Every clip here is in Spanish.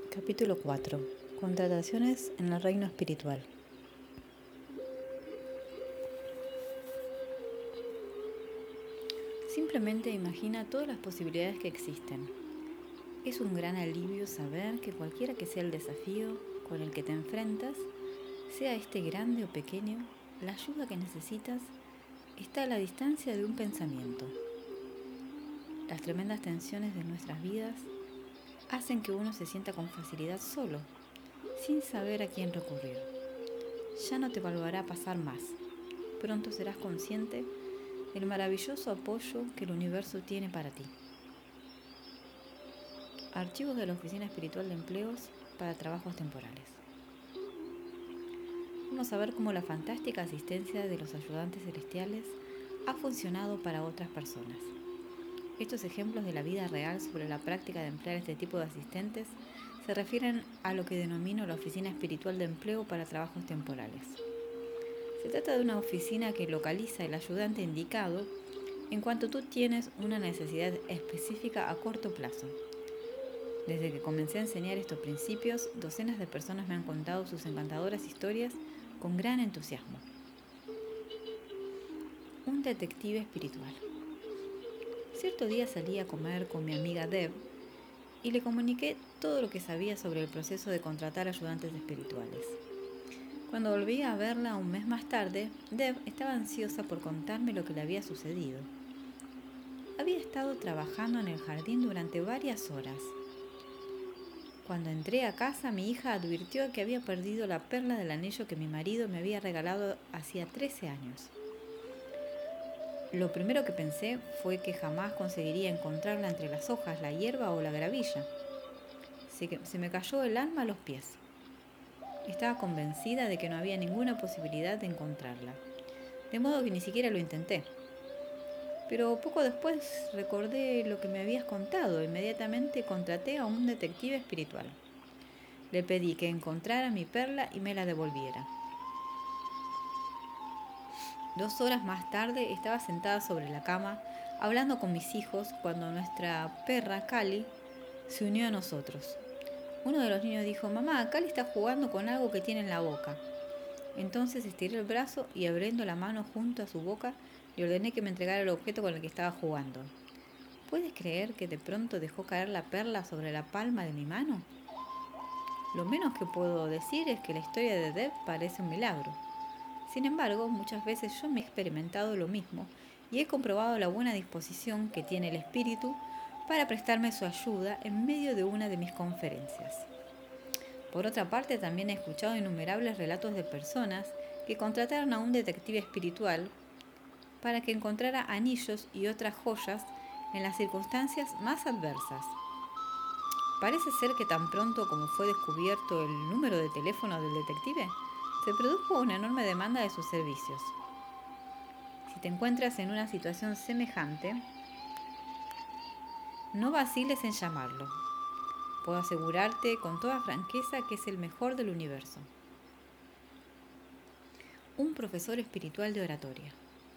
Capítulo 4. Contrataciones en el reino espiritual. Simplemente imagina todas las posibilidades que existen. Es un gran alivio saber que cualquiera que sea el desafío con el que te enfrentas, sea este grande o pequeño, la ayuda que necesitas está a la distancia de un pensamiento. Las tremendas tensiones de nuestras vidas hacen que uno se sienta con facilidad solo, sin saber a quién recurrir. Ya no te volverá a pasar más. Pronto serás consciente del maravilloso apoyo que el universo tiene para ti. Archivos de la Oficina Espiritual de Empleos para trabajos temporales. Vamos a ver cómo la fantástica asistencia de los ayudantes celestiales ha funcionado para otras personas. Estos ejemplos de la vida real sobre la práctica de emplear este tipo de asistentes se refieren a lo que denomino la Oficina Espiritual de Empleo para trabajos temporales. Se trata de una oficina que localiza el ayudante indicado en cuanto tú tienes una necesidad específica a corto plazo. Desde que comencé a enseñar estos principios, docenas de personas me han contado sus encantadoras historias con gran entusiasmo. Un detective espiritual. Cierto día salí a comer con mi amiga Deb y le comuniqué todo lo que sabía sobre el proceso de contratar ayudantes espirituales. Cuando volví a verla un mes más tarde, Deb estaba ansiosa por contarme lo que le había sucedido. Había estado trabajando en el jardín durante varias horas. Cuando entré a casa, mi hija advirtió que había perdido la perla del anillo que mi marido me había regalado hacía 13 años. Lo primero que pensé fue que jamás conseguiría encontrarla entre las hojas, la hierba o la gravilla. Se me cayó el alma a los pies. Estaba convencida de que no había ninguna posibilidad de encontrarla, de modo que ni siquiera lo intenté. Pero poco después recordé lo que me habías contado e inmediatamente contraté a un detective espiritual. Le pedí que encontrara mi perla y me la devolviera. 2 horas más tarde estaba sentada sobre la cama hablando con mis hijos cuando nuestra perra Cali se unió a nosotros. Uno de los niños dijo: «Mamá, Cali está jugando con algo que tiene en la boca». Entonces estiré el brazo y abriendo la mano junto a su boca le ordené que me entregara el objeto con el que estaba jugando. ¿Puedes creer que de pronto dejó caer la perla sobre la palma de mi mano? Lo menos que puedo decir es que la historia de Deb parece un milagro. Sin embargo, muchas veces yo me he experimentado lo mismo y he comprobado la buena disposición que tiene el espíritu para prestarme su ayuda en medio de una de mis conferencias. Por otra parte, también he escuchado innumerables relatos de personas que contrataron a un detective espiritual para que encontrara anillos y otras joyas en las circunstancias más adversas. Parece ser que tan pronto como fue descubierto el número de teléfono del detective, se produjo una enorme demanda de sus servicios. Si te encuentras en una situación semejante, no vaciles en llamarlo. Puedo asegurarte con toda franqueza que es el mejor del universo. Un profesor espiritual de oratoria.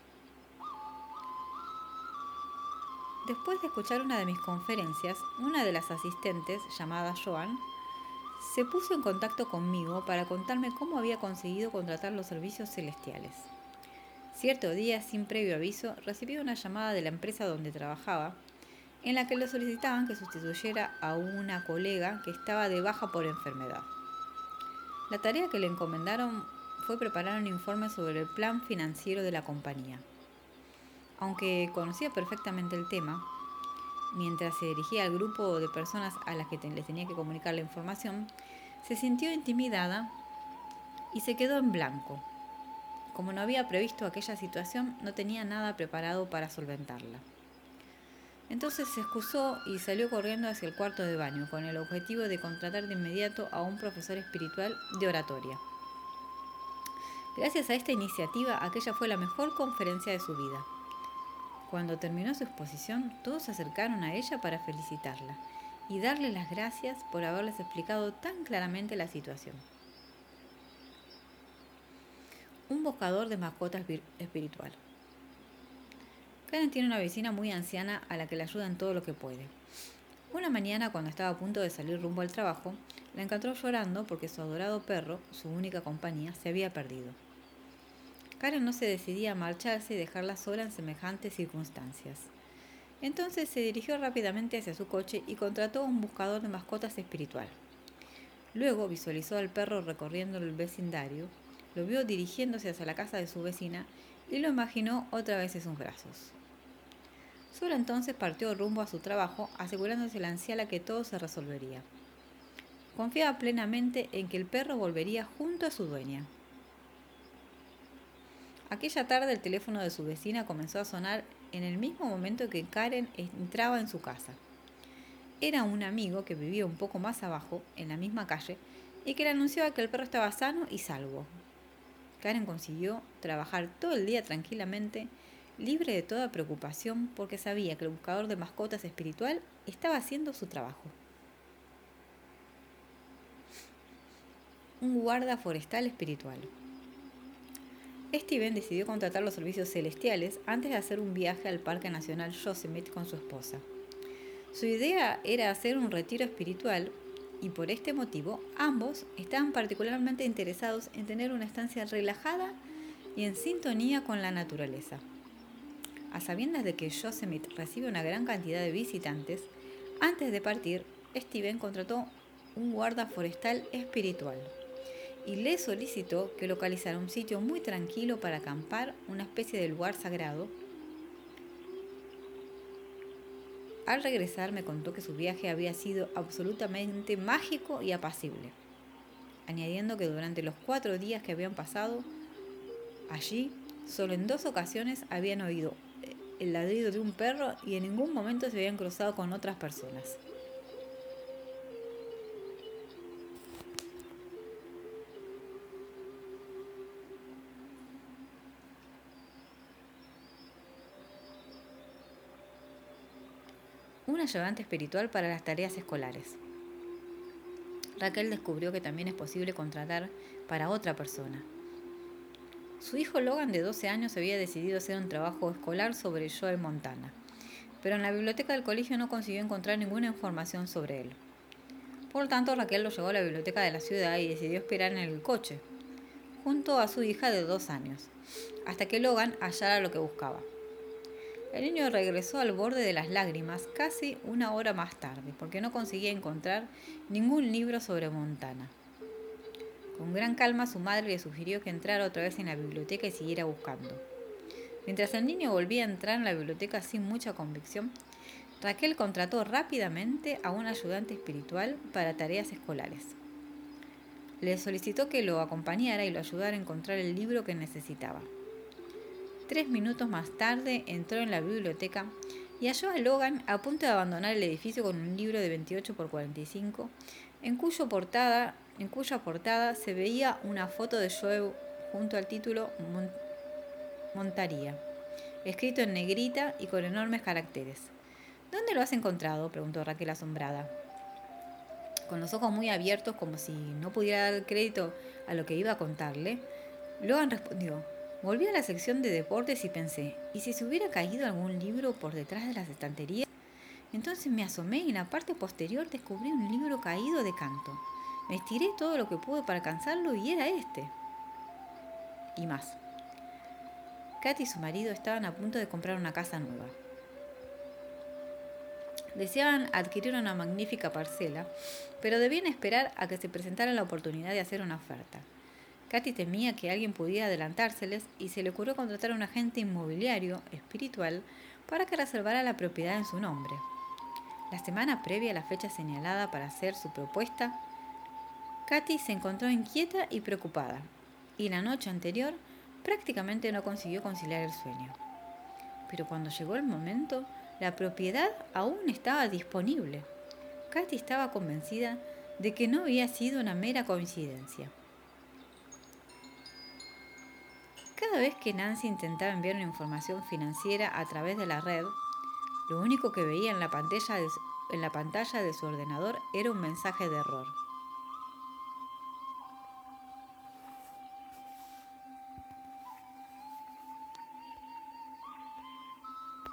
Después de escuchar una de mis conferencias, una de las asistentes, llamada Joan, se puso en contacto conmigo para contarme cómo había conseguido contratar los servicios celestiales. Cierto día, sin previo aviso, recibí una llamada de la empresa donde trabajaba, en la que le solicitaban que sustituyera a una colega que estaba de baja por enfermedad. La tarea que le encomendaron fue preparar un informe sobre el plan financiero de la compañía. Aunque conocía perfectamente el tema, mientras se dirigía al grupo de personas a las que les tenía que comunicar la información, se sintió intimidada y se quedó en blanco. Como no había previsto aquella situación, no tenía nada preparado para solventarla. Entonces se excusó y salió corriendo hacia el cuarto de baño con el objetivo de contratar de inmediato a un profesor espiritual de oratoria. Gracias a esta iniciativa, aquella fue la mejor conferencia de su vida. Cuando terminó su exposición, todos se acercaron a ella para felicitarla y darle las gracias por haberles explicado tan claramente la situación. Un buscador de mascotas espiritual. Karen tiene una vecina muy anciana a la que le ayuda en todo lo que puede. Una mañana, cuando estaba a punto de salir rumbo al trabajo, La encontró llorando porque su adorado perro, su única compañía, se había perdido. Karen no se decidía a marcharse y dejarla sola en semejantes circunstancias. Entonces se dirigió rápidamente hacia su coche y contrató un buscador de mascotas espiritual. Luego visualizó al perro recorriendo el vecindario, lo vio dirigiéndose hacia la casa de su vecina y lo imaginó otra vez en sus brazos. Solo entonces partió rumbo a su trabajo, asegurándose la anciana que todo se resolvería. Confiaba plenamente en que el perro volvería junto a su dueña. Aquella tarde el teléfono de su vecina comenzó a sonar en el mismo momento que Karen entraba en su casa. Era un amigo que vivía un poco más abajo, en la misma calle, y que le anunciaba que el perro estaba sano y salvo. Karen consiguió trabajar todo el día tranquilamente, libre de toda preocupación, porque sabía que el buscador de mascotas espiritual estaba haciendo su trabajo. Un guarda forestal espiritual. Steven decidió contratar los servicios celestiales antes de hacer un viaje al Parque Nacional Yosemite con su esposa. Su idea era hacer un retiro espiritual y por este motivo ambos estaban particularmente interesados en tener una estancia relajada y en sintonía con la naturaleza. A sabiendas de que Yosemite recibe una gran cantidad de visitantes, antes de partir, Steven contrató un guarda forestal espiritual y le solicitó que localizara un sitio muy tranquilo para acampar, una especie de lugar sagrado. Al regresar me contó que su viaje había sido absolutamente mágico y apacible, añadiendo que durante los 4 días que habían pasado allí, solo en 2 ocasiones habían oído el ladrido de un perro y en ningún momento se habían cruzado con otras personas. Un ayudante espiritual para las tareas escolares. Raquel descubrió que también es posible contratar para otra persona. Su hijo Logan, de 12 años, había decidido hacer un trabajo escolar sobre Joe Montana, pero en la biblioteca del colegio no consiguió encontrar ninguna información sobre él. Por lo tanto, Raquel lo llevó a la biblioteca de la ciudad y decidió esperar en el coche, junto a su hija de 2 años, hasta que Logan hallara lo que buscaba. El niño regresó al borde de las lágrimas casi 1 hora más tarde, porque no conseguía encontrar ningún libro sobre Montana. Con gran calma su madre le sugirió que entrara otra vez en la biblioteca y siguiera buscando. Mientras el niño volvía a entrar en la biblioteca sin mucha convicción, Raquel contrató rápidamente a un ayudante espiritual para tareas escolares. Le solicitó que lo acompañara y lo ayudara a encontrar el libro que necesitaba. 3 minutos más tarde entró en la biblioteca y halló a Logan a punto de abandonar el edificio con un libro de 28 por 45, en cuya portada se veía una foto de Joe junto al título Montaría, escrito en negrita y con enormes caracteres. ¿Dónde lo has encontrado?, preguntó Raquel asombrada. Con los ojos muy abiertos, como si no pudiera dar crédito a lo que iba a contarle, Logan respondió: volví a la sección de deportes y pensé, ¿y si se hubiera caído algún libro por detrás de las estanterías? Entonces me asomé y en la parte posterior descubrí un libro caído de canto. Me estiré todo lo que pude para alcanzarlo y era este. Y más. Katy y su marido estaban a punto de comprar una casa nueva. Deseaban adquirir una magnífica parcela, pero debían esperar a que se presentara la oportunidad de hacer una oferta. Katy temía que alguien pudiera adelantárseles y se le ocurrió contratar a un agente inmobiliario espiritual para que reservara la propiedad en su nombre. La semana previa a la fecha señalada para hacer su propuesta, Katy se encontró inquieta y preocupada, y la noche anterior prácticamente no consiguió conciliar el sueño. Pero cuando llegó el momento, la propiedad aún estaba disponible. Katy estaba convencida de que no había sido una mera coincidencia. Cada vez que Nancy intentaba enviar una información financiera a través de la red, lo único que veía en la pantalla de su ordenador era un mensaje de error.